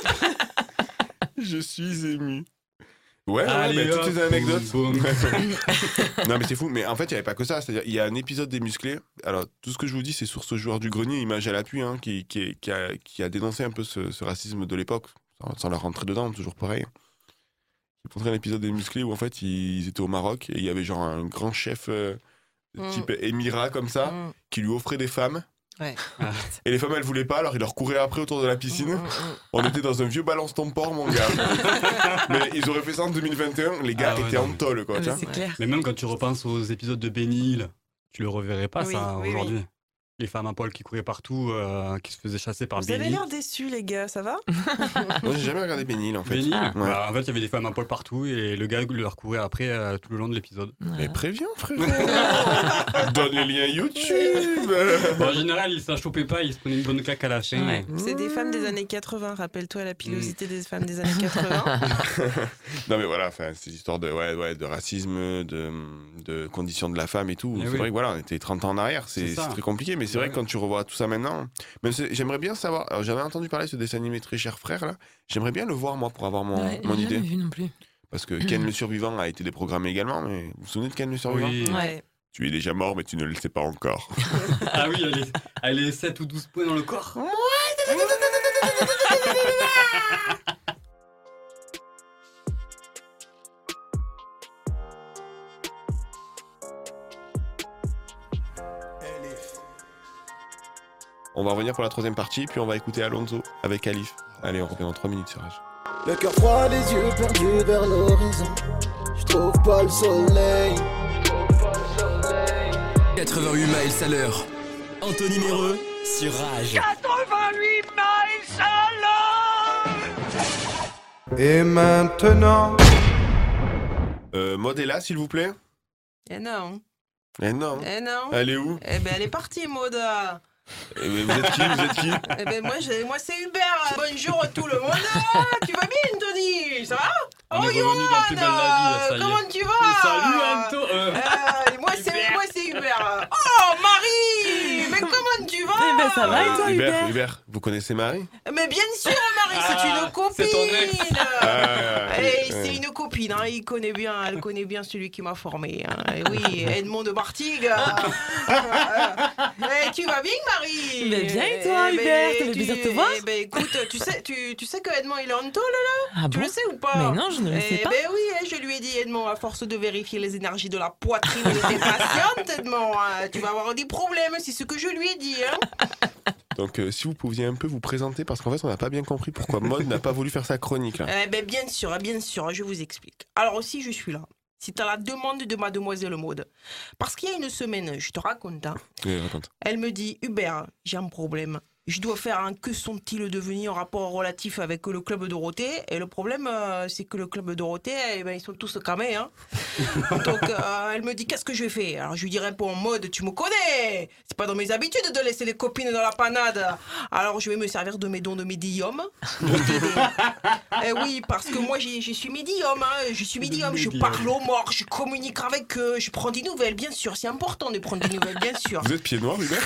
je suis ému. Ouais, ouais, Allez, bah, toutes hop, ces anecdotes. boum, boum. Non mais c'est fou. Mais en fait, il n'y avait pas que ça. C'est-à-dire, il y a un épisode des Musclés. Alors, tout ce que je vous dis, c'est sur ce joueur du grenier, image à l'appui, hein, qui, qui, qui, a, qui a dénoncé un peu ce, ce racisme de l'époque, sans, sans leur rentrer dedans, toujours pareil. Il montrait un épisode des Musclés où en fait, ils étaient au Maroc et il y avait genre un grand chef euh, type Mm. émirat comme ça, Mm. qui lui offrait des femmes. Ouais. Et les femmes, elles voulaient pas, alors il leur courait après autour de la piscine. On était dans un vieux balance ton port, mon gars. Mais ils auraient fait ça en deux mille vingt et un, les gars Ah ouais, étaient non, en mais- tôle, quoi. Ah, tu mais vois. c'est clair. Mais même quand tu repenses aux épisodes de Benny Hill, tu le reverrais pas Oui, ça oui, oui. aujourd'hui. Les femmes à poil qui couraient partout, euh, qui se faisaient chasser par Vous Benny. avez l'air déçus les gars, ça va? Moi, j'ai jamais regardé Benny Hill, en fait. Benny Hill. Ah. Ouais. Bah, en fait, il y avait des femmes à poil partout et le gars leur courait après euh, tout le long de l'épisode. Mais préviens, frérot. Donne les liens YouTube. Bon, en général, il s'en chopait pas, il se prenait une bonne claque à la chaîne. Ouais. C'est des femmes des années quatre-vingts, rappelle-toi la pilosité des femmes des années quatre-vingts. Non, mais voilà, enfin, c'est l'histoire de, ouais, ouais, de racisme, de, de conditions de la femme et tout. Eh c'est oui. vrai que voilà, on était trente ans en arrière, c'est C'est ça. c'est très compliqué, mais c'est vrai que quand tu revois tout ça maintenant, même si- j'aimerais bien savoir. Alors, j'avais entendu parler de ce dessin animé Très cher frère là. J'aimerais bien le voir moi pour avoir mon, Ouais, mon j'ai idée. jamais vu non plus. Parce que Ken le survivant a été déprogrammé également, mais vous vous souvenez de Ken le survivant? Oui. Ouais. Tu es déjà mort, mais tu ne le sais pas encore. Ah oui, elle est, elle est sept ou douze points dans le corps. On va revenir pour la troisième partie, puis on va écouter Alonso avec Alif. Allez, on revient dans trois minutes sur Rage. Le cœur froid, les yeux perdus vers l'horizon. Je trouve pas le soleil. quatre-vingt-huit miles à l'heure. Anthony Méreux sur Rage. quatre-vingt-huit miles à l'heure. Et maintenant. Euh, Maud est là, s'il vous plaît? Eh non. Eh non. Eh non. Elle est où? Eh ben elle est partie, Maud. Eh ben, vous êtes qui? Vous êtes qui? Eh ben moi, j'ai- moi c'est Hubert. Bonjour tout le monde. Ah, tu vas bien, Tony? Ça va? On Oh, est revenu dans Plus belle la vie, ça y est. comment tu vas? Salut, Anto. euh. Euh, moi c'est moi c'est Hubert. Oh Marie, mais comment tu vas? Eh ben ça va et toi Hubert, Hubert? Hubert, vous connaissez Marie? Mais bien sûr Marie, c'est Ah, une copine. c'est ton ex. Ah, Eh, ouais. c'est une copine, hein, il connaît bien, elle connaît bien celui qui m'a formé. Hein. Et oui, Edmond de Martigues. Eh, tu vas bien, Marie? Mais bien et toi, Eh ben, Hubert? Ça fait tu- plaisir de te voir. Eh ben, écoute, tu sais, tu, tu sais que Edmond il est en tôle là? Ah Tu bon? le sais ou pas? Mais non, je ne le sais Eh pas. ben oui, eh, je lui ai dit, Edmond, à force de vérifier les énergies de la poitrine de tes patientes, Edmond, hein, tu vas avoir des problèmes, c'est ce que je lui ai dit. Hein. Donc, euh, si vous pouviez un peu vous présenter, parce qu'en fait, on n'a pas bien compris pourquoi Maud n'a pas voulu faire sa chronique. Là. Eh ben, bien sûr, bien sûr, je vous explique. Alors aussi, je suis là. C'est à la demande de mademoiselle Maud. Parce qu'il y a une semaine, je te raconte, hein, Oui, raconte. elle me dit, Hubert, j'ai un problème. Je dois faire un que sont-ils devenus en rapport relatif avec le club Dorothée. Et le problème, euh, c'est que le club Dorothée, eh ben, ils sont tous camés. Hein. Donc, euh, elle me dit, qu'est-ce que je fais? Alors, je lui réponds en mode, tu me connais. C'est pas dans mes habitudes de laisser les copines dans la panade. Alors, je vais me servir de mes dons de médium. Eh oui, parce que moi, j'ai, je suis médium. Hein. Je suis médium. Je parle aux morts. Je communique avec eux. Je prends des nouvelles, bien sûr. C'est important de prendre des nouvelles, bien sûr. Vous êtes pied noir, Hubert?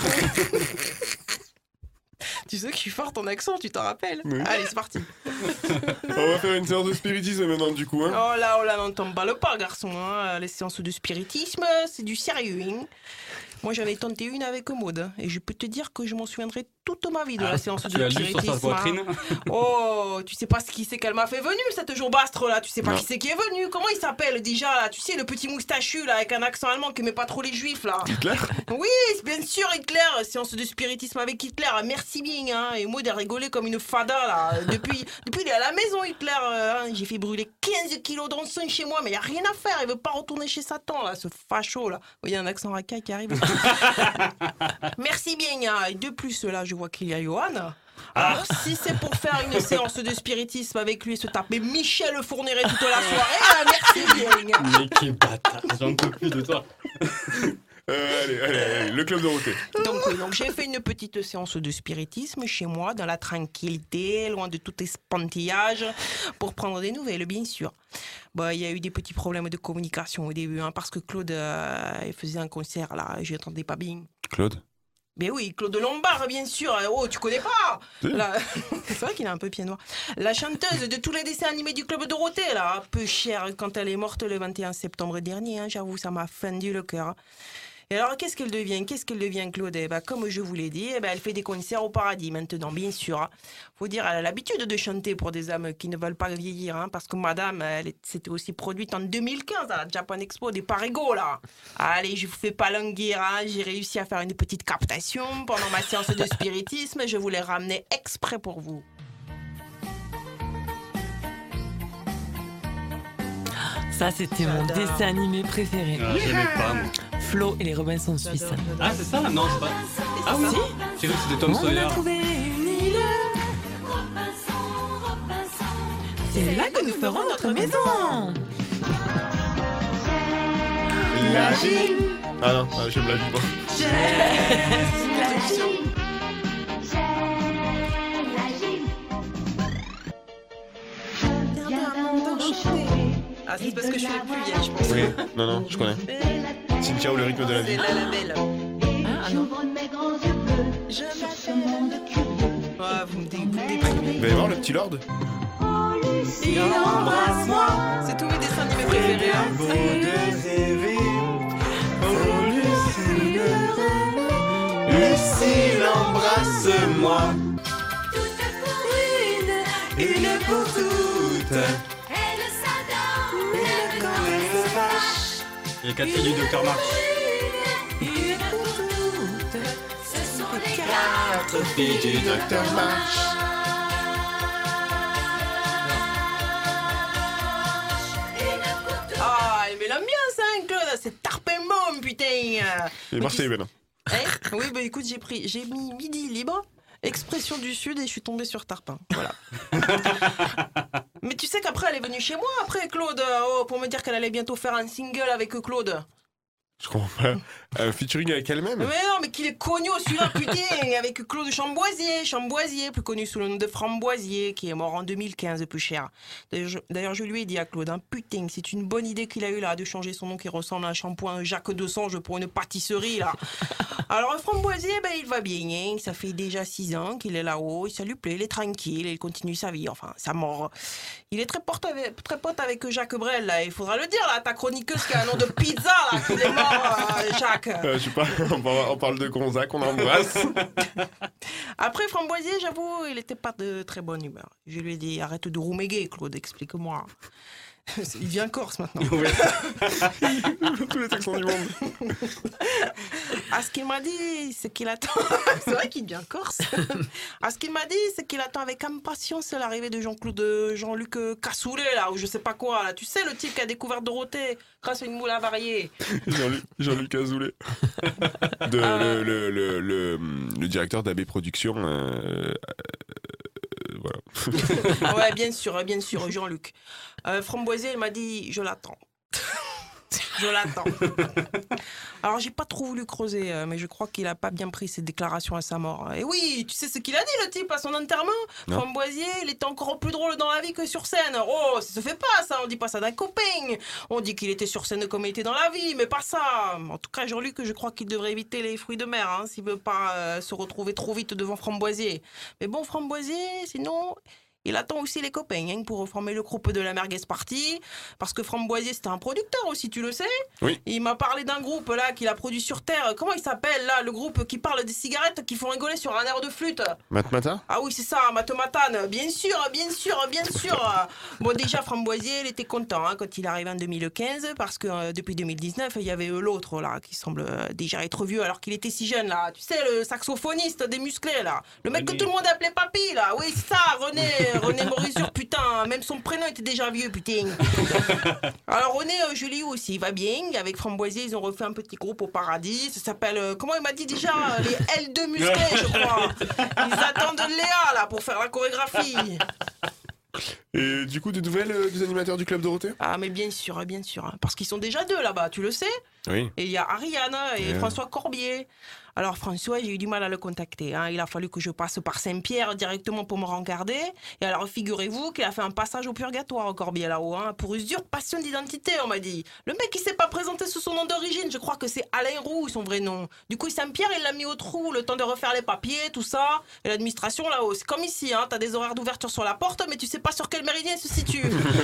Tu sais que je suis forte en accent, tu t'en rappelles? Oui. Allez, c'est parti. On va faire une séance de spiritisme maintenant, du coup. Hein. Oh là, oh là, n'en tombe pas le pas, garçon. Hein. Les séances de spiritisme, c'est du sérieux. Hein. Moi, j'en ai tenté une avec Maud. Et je peux te dire que je m'en souviendrai toute ma vie de Ah, la séance tu de as lu sur spiritisme. sa poitrine? Oh, tu sais pas ce qui c'est qu'elle m'a fait venir, cette jourbastre là. Tu sais pas Non. qui c'est qui est venu. Comment il s'appelle déjà là? Tu sais, le petit moustachu là, avec un accent allemand qui aimait pas trop les juifs là. Hitler? Oui, c'est bien sûr Hitler. Séance de spiritisme avec Hitler. Merci bien. Hein. Et Maud a rigolé comme une fada là. Depuis, depuis il est à la maison Hitler. euh, hein. J'ai fait brûler quinze kilos d'encens chez moi, mais il y a rien à faire. Il veut pas retourner chez Satan là, ce facho là. Il y a un accent racaille qui arrive. Merci bien. Hein. Et de plus là, je vois qu'il y a Johan. Alors, si c'est pour faire une séance de spiritisme avec lui et se taper Michel Fourniret toute la soirée, ah, merci bien. Mais quel bâtard, j'en peux plus de toi. Euh, allez, allez, allez, le club Dorothée. Donc, oui, donc j'ai fait une petite séance de spiritisme chez moi, dans la tranquillité, loin de tout espantillage, pour prendre des nouvelles, bien sûr. Bah, il y a eu des petits problèmes de communication au début, hein, parce que Claude euh, il faisait un concert là, je n'entendais pas bien. Claude? Mais oui, Claude Lombard, bien sûr. Oh, tu connais pas? La... C'est vrai qu'il a un peu pied noir. La chanteuse de tous les dessins animés du Club Dorothée, là, peu chère quand elle est morte le vingt et un septembre dernier. Hein, j'avoue, ça m'a fendu le cœur. Et alors, qu'est-ce qu'elle devient? Qu'est-ce qu'elle devient, Claude? Eh ben, comme je vous l'ai dit, eh ben, elle fait des concerts au paradis maintenant, bien sûr. Faut dire, elle a l'habitude de chanter pour des âmes qui ne veulent pas vieillir, hein, parce que madame, elle s'était aussi produite en deux mille quinze à la Japan Expo des Parigots, là. Allez, je vous fais pas languir, hein, j'ai réussi à faire une petite captation pendant ma séance de spiritisme, je vous l'ai ramené exprès pour vous. Ça, c'était mon dessin animé préféré. Ah, j'aimais pas, moi. Flo et les Robinson Suisses. Ah, c'est ça? Non, c'est pas. Ah oui? J'ai cru que c'était Tom On Sawyer. a trouvé une île. C'est là que nous ferons notre maison. La gym. Ah non, ah, j'aime la gym. Bon. Ah, c'est parce que je suis la plus vieille, je pense. Oui, non, non, je connais. Cynthia ou le rythme de la vie. C'est la label. Ah non. Je m'appelle. Ah, vous me dé- vous me déprimez. Vous allez voir le petit Lord? Il embrasse-moi. C'est tous mes dessins animés préférés. Hein. Lucille, embrasse-moi. Une pour toutes. Les quatre filles du docteur March. Ce sont les quatre filles du docteur March. Ah, mais l'ambiance, hein, Claude, c'est tarpémon, putain. Et Marseille, ben non. Eh oui, bah écoute, j'ai pris, j'ai mis midi libre, expression du Sud, et je suis tombée sur Tarpin. Voilà. Mais tu sais qu'après, elle est venue chez moi, après, Claude, oh, pour me dire qu'elle allait bientôt faire un single avec Claude. Je comprends pas. Un featuring avec elle-même? Mais non, mais qu'il est connu celui-là, putain, avec Claude Chamboisier, Chamboisier, plus connu sous le nom de Framboisier, qui est mort en deux mille quinze, plus cher. D'ailleurs je, d'ailleurs, je lui ai dit à Claude, hein, putain, c'est une bonne idée qu'il a eu là, de changer son nom qui ressemble à un shampoing Jacques Desange pour une pâtisserie, là. Alors, Framboisier, ben, il va bien, hein, ça fait déjà six ans qu'il est là-haut, ça lui plaît, il est tranquille, il continue sa vie, enfin, sa mort. Il est très pote avec, très pote avec Jacques Brel, là, il faudra le dire, là, ta chroniqueuse qui a un nom de pizza, là, qu'il est mort. Euh, Jacques. Euh, je sais pas, on parle, on parle de Gonzague, on embrasse. Après, Framboisier, j'avoue, il était pas de très bonne humeur. Je lui ai dit, arrête de rouméguer, Claude, explique-moi. Il vient corse maintenant. Ouais. Tous les Texans du monde. Ah, ce qu'il m'a dit, c'est qu'il attend. C'est vrai qu'il vient corse. Ah, ce qu'il m'a dit, c'est qu'il attend avec impatience l'arrivée de Jean-Claude, de Jean-Luc Cassoulet, là, ou je sais pas quoi. Là. Tu sais, le type qui a découvert Dorothée grâce à une moule avariée. Jean-Luc, Jean-Luc Cassoulet. De, Ah. le, le, le, le, le directeur d'A B Productions. Euh, euh, voilà. Ouais, bien sûr, bien sûr, Jean-Luc. Euh, Framboisier, il m'a dit, je l'attends. Je l'attends. Alors, j'ai pas trop voulu creuser, euh, mais je crois qu'il a pas bien pris ses déclarations à sa mort. Et oui, tu sais ce qu'il a dit, le type, à son enterrement? Non. Framboisier, il était encore plus drôle dans la vie que sur scène. Oh, ça se fait pas, ça. On dit pas ça d'un copain. On dit qu'il était sur scène comme il était dans la vie, mais pas ça. En tout cas, Jean-Luc, je crois qu'il devrait éviter les fruits de mer, hein, s'il veut pas euh, se retrouver trop vite devant Framboisier. Mais bon, Framboisier, sinon... Il attend aussi les copains hein, pour former le groupe de la Merguez Party. Parce que Framboisier, c'était un producteur aussi, tu le sais. Oui. Il m'a parlé d'un groupe là qu'il a produit sur Terre. Comment il s'appelle là, le groupe qui parle des cigarettes qui font rigoler sur un air de flûte? Matmata? Ah oui, c'est ça, Matomatane. Bien sûr, bien sûr, bien sûr. Bon, déjà, Framboisier, il était content hein, quand il est arrivé en deux mille quinze. Parce que euh, depuis deux mille dix-neuf, il y avait euh, l'autre là qui semble euh, déjà être vieux alors qu'il était si jeune là. Tu sais, le saxophoniste des musclés là. Le mec René. que tout le monde appelait papy là. Oui, c'est ça, René. René Morizur, putain, même son prénom était déjà vieux, putain. Alors René euh, Julie aussi, il va bien. Avec Framboisier, ils ont refait un petit groupe au paradis. Ça s'appelle, euh, comment il m'a dit déjà, les L deux musclés, je crois. Ils attendent Léa là pour faire la chorégraphie. Et du coup, des nouvelles euh, des animateurs du Club Dorothée? Ah mais bien sûr, bien sûr. Parce qu'ils sont déjà deux là-bas, tu le sais. Oui. Et il y a Ariane et Yeah. François Corbier. Alors François, j'ai eu du mal à le contacter. Hein. Il a fallu que je passe par Saint-Pierre directement pour me regarder. Et alors figurez-vous qu'il a fait un passage au purgatoire, Corbier là-haut, hein, pour usurpation d'identité, on m'a dit. Le mec, il s'est pas présenté sous son nom d'origine. Je crois que c'est Alain Roux, son vrai nom. Du coup, Saint-Pierre, il l'a mis au trou, le temps de refaire les papiers, tout ça. Et l'administration là-haut, c'est comme ici, hein. T'as des horaires d'ouverture sur la porte, mais tu sais pas sur quel méridien se situe.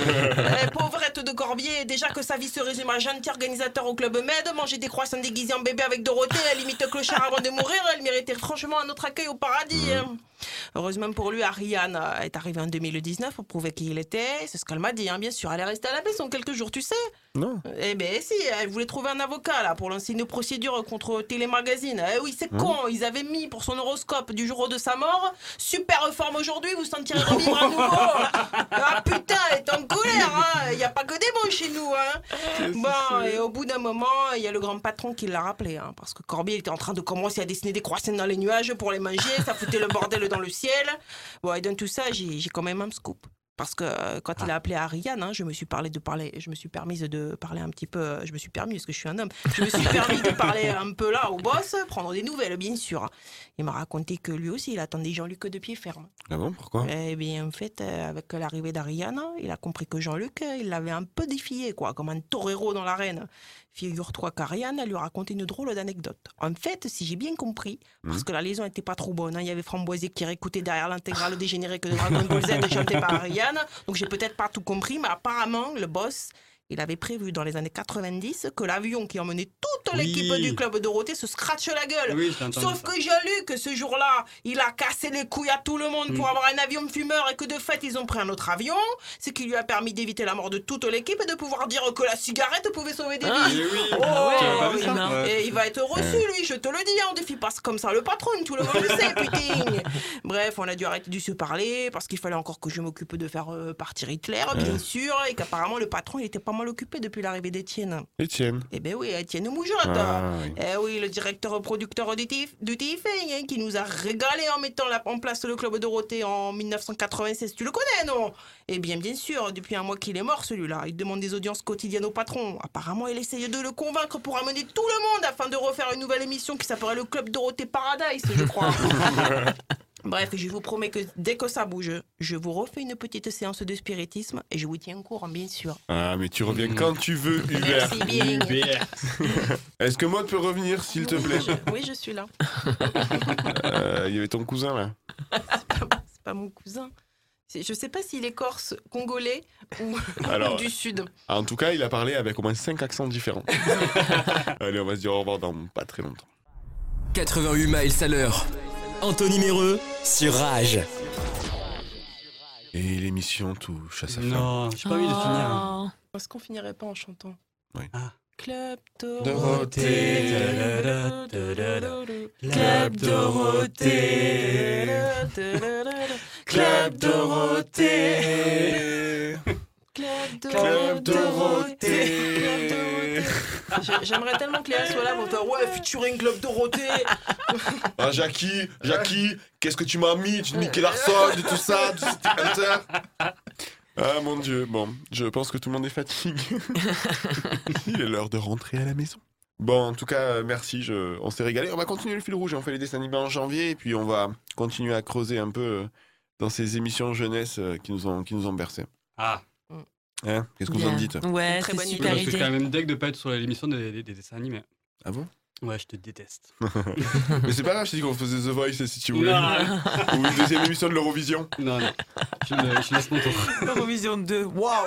Eh, pauvrette de Corbier, déjà que sa vie se résume à gentil organisateur au Club Med, manger des croissants déguisés en bébé avec Dorothée, à limite clochard avant de mourir, elle méritait franchement un autre accueil au paradis. Hein. Heureusement pour lui, Ariane est arrivée en deux mille dix-neuf pour prouver qui il était. C'est ce qu'elle m'a dit, hein, bien sûr. Elle est restée à la maison quelques jours, tu sais. Non. Eh ben si, elle voulait trouver un avocat là pour lancer une procédure contre Télémagazine. Eh oui, c'est con, ils avaient mis pour son horoscope du jour de sa mort. Super forme aujourd'hui, vous sentirez revivre à nouveau. Ah putain, elle est en colère, hein. Il n'y a pas que des mots chez nous, hein. Bon, et au bout d'un moment, il y a le grand patron qui l'a rappelé, hein, parce que Corbier était en train de commencer à dessiner des croissants dans les nuages pour les manger, ça foutait le bordel dans le ciel. Bon, et dans tout ça, j'ai j'ai quand même un scoop. Parce que euh, quand il a appelé Ariane, hein, je me suis parlé de parler, je me suis permise de parler un petit peu, euh, je me suis permis parce que je suis un homme, je me suis permis de parler un peu là au boss, prendre des nouvelles bien sûr. Il m'a raconté que lui aussi il attendait Jean-Luc de pied ferme. Ah bon, pourquoi? Eh bien en fait, euh, avec l'arrivée d'Ariane, il a compris que Jean-Luc, euh, il l'avait un peu défié quoi, comme un torero dans l'arène. Figure-toi qu'Ariane, elle lui a raconté une drôle d'anecdote. En fait, si j'ai bien compris, parce Mmh. que la liaison n'était pas trop bonne, hein, il y avait Framboisier qui réécoutait derrière l'intégrale des génériques de Dragon Ball Z chanté par Ariane, donc j'ai peut-être pas tout compris, mais apparemment, le boss, il avait prévu dans les années quatre-vingt-dix que l'avion qui emmenait toute l'équipe Oui. du Club Dorothée se scratche la gueule. Oui, j'ai entendu Sauf ça. que Jean-Luc, ce jour-là, il a cassé les couilles à tout le monde pour Mm. avoir un avion fumeur et que de fait, ils ont pris un autre avion, ce qui lui a permis d'éviter la mort de toute l'équipe et de pouvoir dire que la cigarette pouvait sauver des Ah, vies. eh oui. Oh, J'avais pas vu oui. ça. Ouais. Et il va être reçu, lui, je te le dis, hein, on défie pas comme ça le patron, tout le monde le sait, putain. Bref, on a dû arrêter de se parler parce qu'il fallait encore que je m'occupe de faire euh, partir Hitler, bien Ouais. sûr, et qu'apparemment le patron, il était pas mal occupé depuis l'arrivée d'Étienne. Étienne. Eh ben oui, Étienne Moujotte. Ah, oui. Eh oui, le directeur producteur du T F, du T F un, hein, qui nous a régalé en mettant la- en place le Club Dorothée en mille neuf cent quatre-vingt-seize. Tu le connais, non? Eh bien, bien sûr, depuis un mois qu'il est mort, celui-là. Il demande des audiences quotidiennes au patron. Apparemment, il essaye de le convaincre pour amener tout le monde afin de refaire une nouvelle émission qui s'appellerait le Club Dorothée Paradise, je crois. Bref, je vous promets que dès que ça bouge, je vous refais une petite séance de spiritisme et je vous tiens au courant, bien sûr. Ah, mais tu reviens quand tu veux, Hubert. Merci bien. Hubert. Est-ce que Maud peut revenir, s'il te plaît? Je- oui, je suis là. Euh, Il y avait ton cousin, là. C'est pas mon cousin. C'est- Je sais pas s'il est corse, congolais ou, Alors, ou du sud. En tout cas, il a parlé avec au moins cinq accents différents. Allez, on va se dire au revoir dans pas très longtemps. quatre-vingt-huit miles à l'heure. Anthony Méreux sur Rage. Et l'émission touche à sa fin. Non, j'ai pas envie de finir. Est-ce qu'on finirait pas en chantant? Oui. Ah. Club Dorothée. Club Dorothée. Club Dorothée. Club Dorothée. J'aimerais tellement que Léa soit là pour faire ouais, featuring Club Dorothée. Ah, Jackie, Jackie, qu'est-ce que tu m'as mis? Tu Mickey Larson, de tout ça, de City Hunter. Ah mon Dieu, bon, je pense que tout le monde est fatigué. Il est l'heure de rentrer à la maison. Bon, en tout cas, merci, je... on s'est régalé. On va continuer le fil rouge, on fait les dessins animés en janvier, et puis on va continuer à creuser un peu dans ces émissions jeunesse qui nous ont, qui nous ont bercés. Ah. Hein? Qu'est-ce que vous en dites? Ouais, c'est super idée. Je suis quand même deg de pas être sur l'émission des, des, des dessins animés. Ah bon? Ouais, je te déteste. Mais c'est pas grave, je t'ai dit qu'on faisait The Voice si tu voulais. Non. Ou une deuxième émission de l'Eurovision. Non, non. Je, me, je laisse mon tour. L'Eurovision deux, waouh.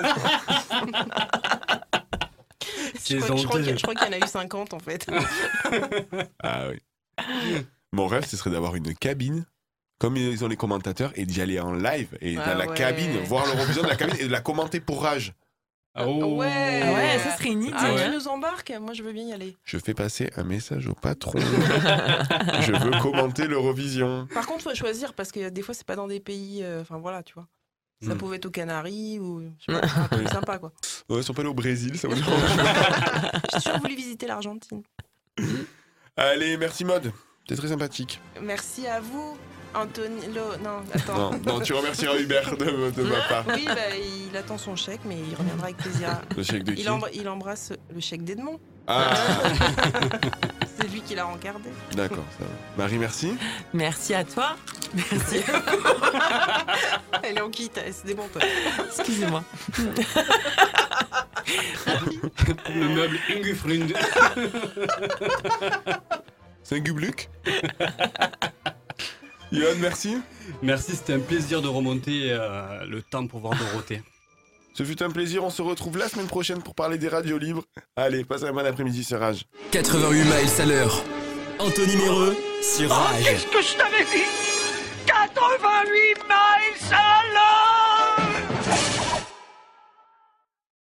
Je crois, je crois qu'il y, y en a eu cinquante en fait. Ah oui. Mon rêve, ce serait d'avoir une cabine, comme ils ont les commentateurs, et d'y aller en live, et ah dans la ouais. cabine, voir l'Eurovision de la cabine, et de la commenter pour Rage. Oh. Ouais. Ah ouais, ça serait une idée. Ah, hein. tu nous embarques? Moi, je veux bien y aller. Je fais passer un message au patron. Je veux commenter l'Eurovision. Par contre, faut choisir parce que des fois, c'est pas dans des pays. Enfin euh, voilà, tu vois. Ça Mm. pouvait être aux Canaries ou je sais pas, un truc sympa quoi. Ouais, ils sont pas allés au Brésil, ça me dérange. J'ai toujours voulu visiter l'Argentine. Allez, merci Maud. T'es très sympathique. Merci à vous, Anthony. Lo... Non, attends. Non, non, tu remercieras Hubert de, de ma part. Oui, bah, il attend son chèque, mais il reviendra avec plaisir. Le chèque de qui? il, embr- il embrasse le chèque d'Edmond. Ah. C'est lui qui l'a rencardé. D'accord, ça va. Marie, merci. Merci à toi. Merci. Elle est en quitte, c'est des bons toi. Excusez-moi. Le meuble Ingefrund. C'est un gubluc. Yoann, merci. Merci, c'était un plaisir de remonter euh, le temps pour voir Dorothée. Ce fut un plaisir, on se retrouve la semaine prochaine pour parler des radios libres. Allez, passez un bon après-midi sur Rage. quatre-vingt-huit miles à l'heure. Anthony Méreux sur Rage. Qu'est-ce que je t'avais dit? quatre-vingt-huit miles